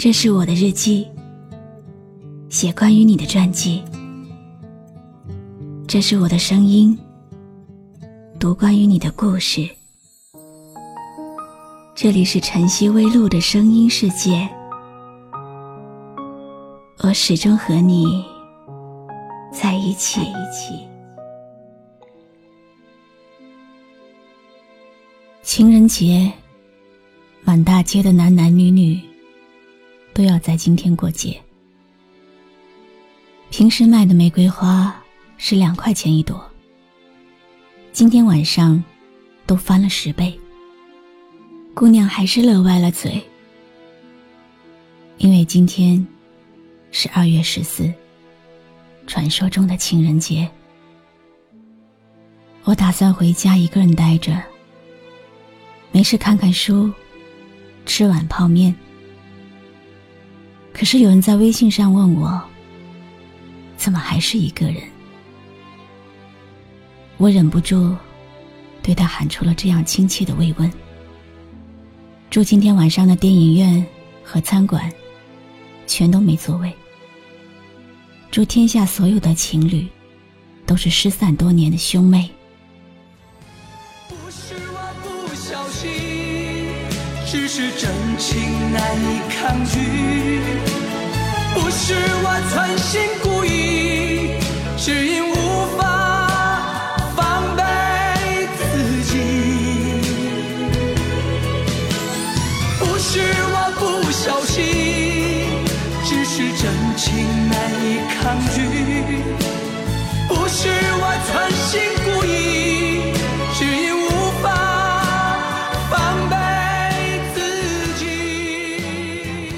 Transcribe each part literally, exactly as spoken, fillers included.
这是我的日记，写关于你的传记。这是我的声音，读关于你的故事。这里是晨曦微露的声音世界，我始终和你在一起。情人节，满大街的男男女女都要在今天过节。平时卖的玫瑰花是两块钱一朵，今天晚上都翻了十倍。姑娘还是乐歪了嘴，因为今天是二月十四，传说中的情人节。我打算回家一个人待着，没事看看书，吃碗泡面。可是有人在微信上问我，怎么还是一个人？我忍不住对他喊出了这样亲切的慰问。祝今天晚上的电影院和餐馆全都没座位。祝天下所有的情侣都是失散多年的兄妹。 不是我不小心，只是真情难以抗拒。不是我存心故意，只因无法防备自己。不是我不小心，只是真情难以抗拒。不是我存心故意，只因无法防备自己。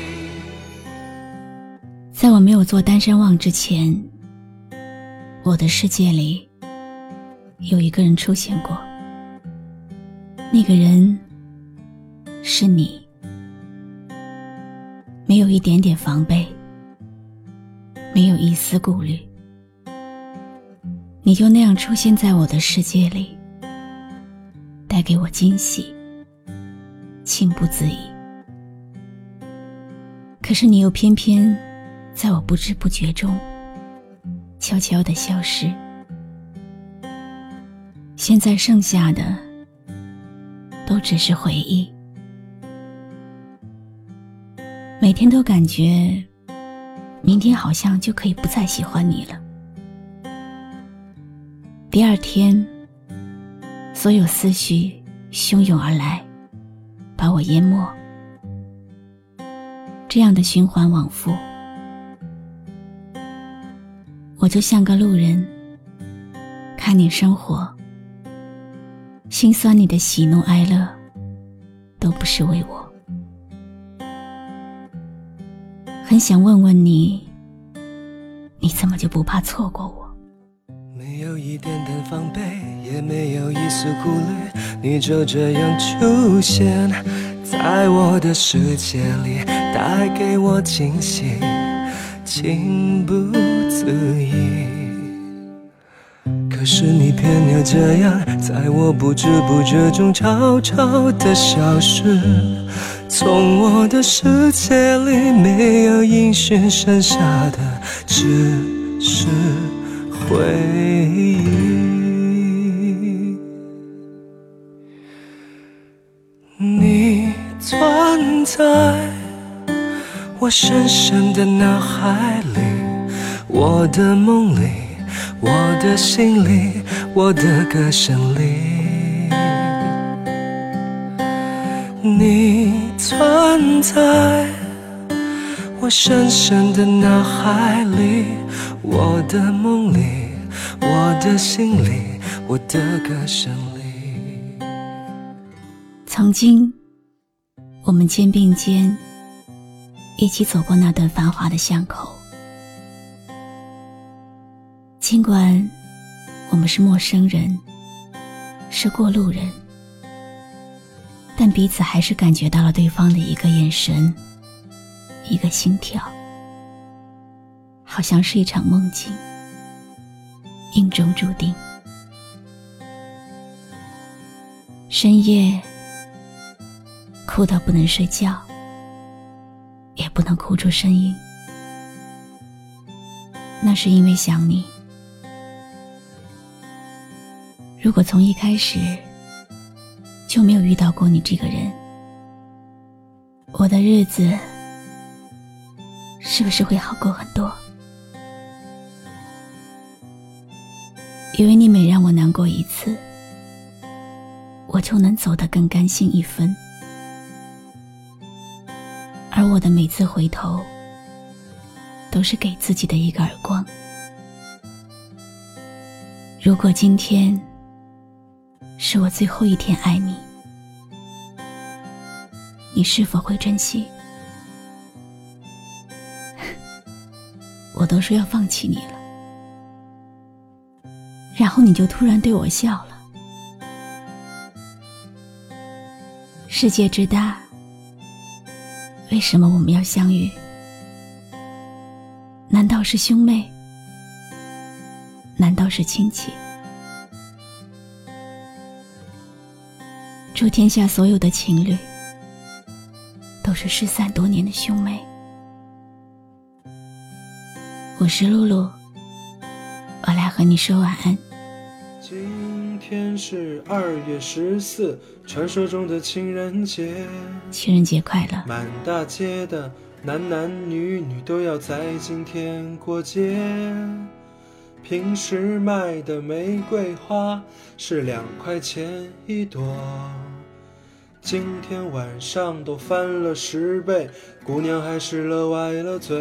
在我没有做单身汪之前，我的世界里有一个人出现过，那个人是你。没有一点点防备，没有一丝顾虑，你就那样出现在我的世界里，带给我惊喜，情不自已。可是你又偏偏在我不知不觉中悄悄地消失。现在剩下的都只是回忆。每天都感觉明天好像就可以不再喜欢你了。第二天，所有思绪汹涌而来，把我淹没。这样的循环往复，我就像个路人，看你生活，心酸你的喜怒哀乐都不是为我。很想问问你，你怎么就不怕错过我？ 没有一点点防备，也没有一丝顾虑，你就这样出现在我的世界里，带给我惊喜，情不自已。可是你偏要这样，在我不知不觉中悄悄地消失，从我的世界里没有音讯，剩下的只是回忆。你存在我深深的脑海里，我的梦里，我的心里，我的歌声里。你存在我深深的脑海里，我的梦里，我的心里，我的歌声里。 曾经我们肩并肩一起走过那段繁华的巷口，尽管我们是陌生人，是过路人，但彼此还是感觉到了对方的一个眼神，一个心跳，好像是一场梦境，命中注定。深夜哭到不能睡觉，也不能哭出声音，那是因为想你。如果从一开始就没有遇到过你这个人，我的日子是不是会好过很多？因为你每让我难过一次，我就能走得更甘心一分，而我的每次回头都是给自己的一个耳光。如果今天是我最后一天爱你，你是否会珍惜？我都说要放弃你了，然后你就突然对我笑了。世界之大，为什么我们要相遇？难道是兄妹？难道是亲戚？祝天下所有的情侣都是失散多年的兄妹。我是露露，我来和你说晚安。 今天是二月十四，传说中的情人节。 情人节快乐！ 满大街的男男女女都要在今天过节。平时卖的玫瑰花是两块钱一朵，今天晚上都翻了十倍，姑娘还是乐歪了嘴。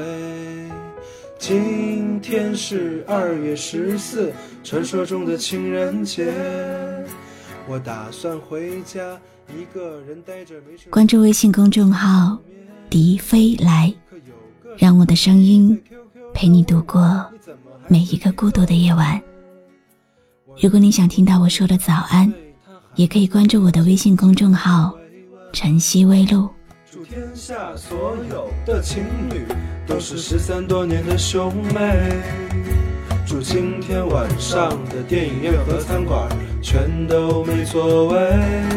今天是二月十四，传说中的情人节。我打算回家，一个人待着没事。 关注微信公众号迪飞来，让我的声音陪你度过每一个孤独的夜晚。如果你想听到我说的早安，也可以关注我的微信公众号晨曦微露。 祝天下所有的情侣都是失散多年的兄妹。祝今天晚上的电影院和餐馆全都没座位。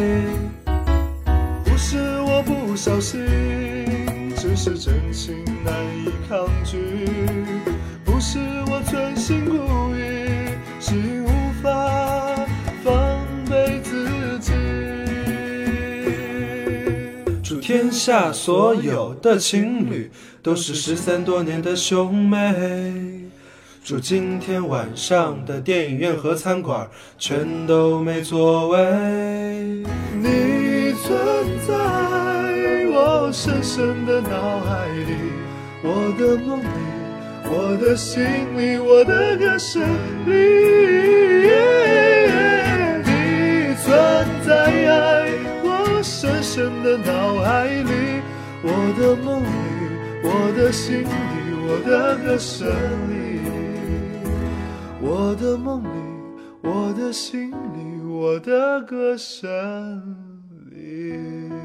不是我不小心，只是真情难以抗拒。不是我存心故意，是无法防备自己。祝天下所有的情侣都是失散多年的兄妹。祝今天晚上的电影院和餐馆全都没座位。你存在我深深的脑海里，我的梦里，我的心里，我的歌声里。你存在我深深的脑海里，我的梦里，我的心里，我的歌声里。我的梦里，我的心里，我的歌声里。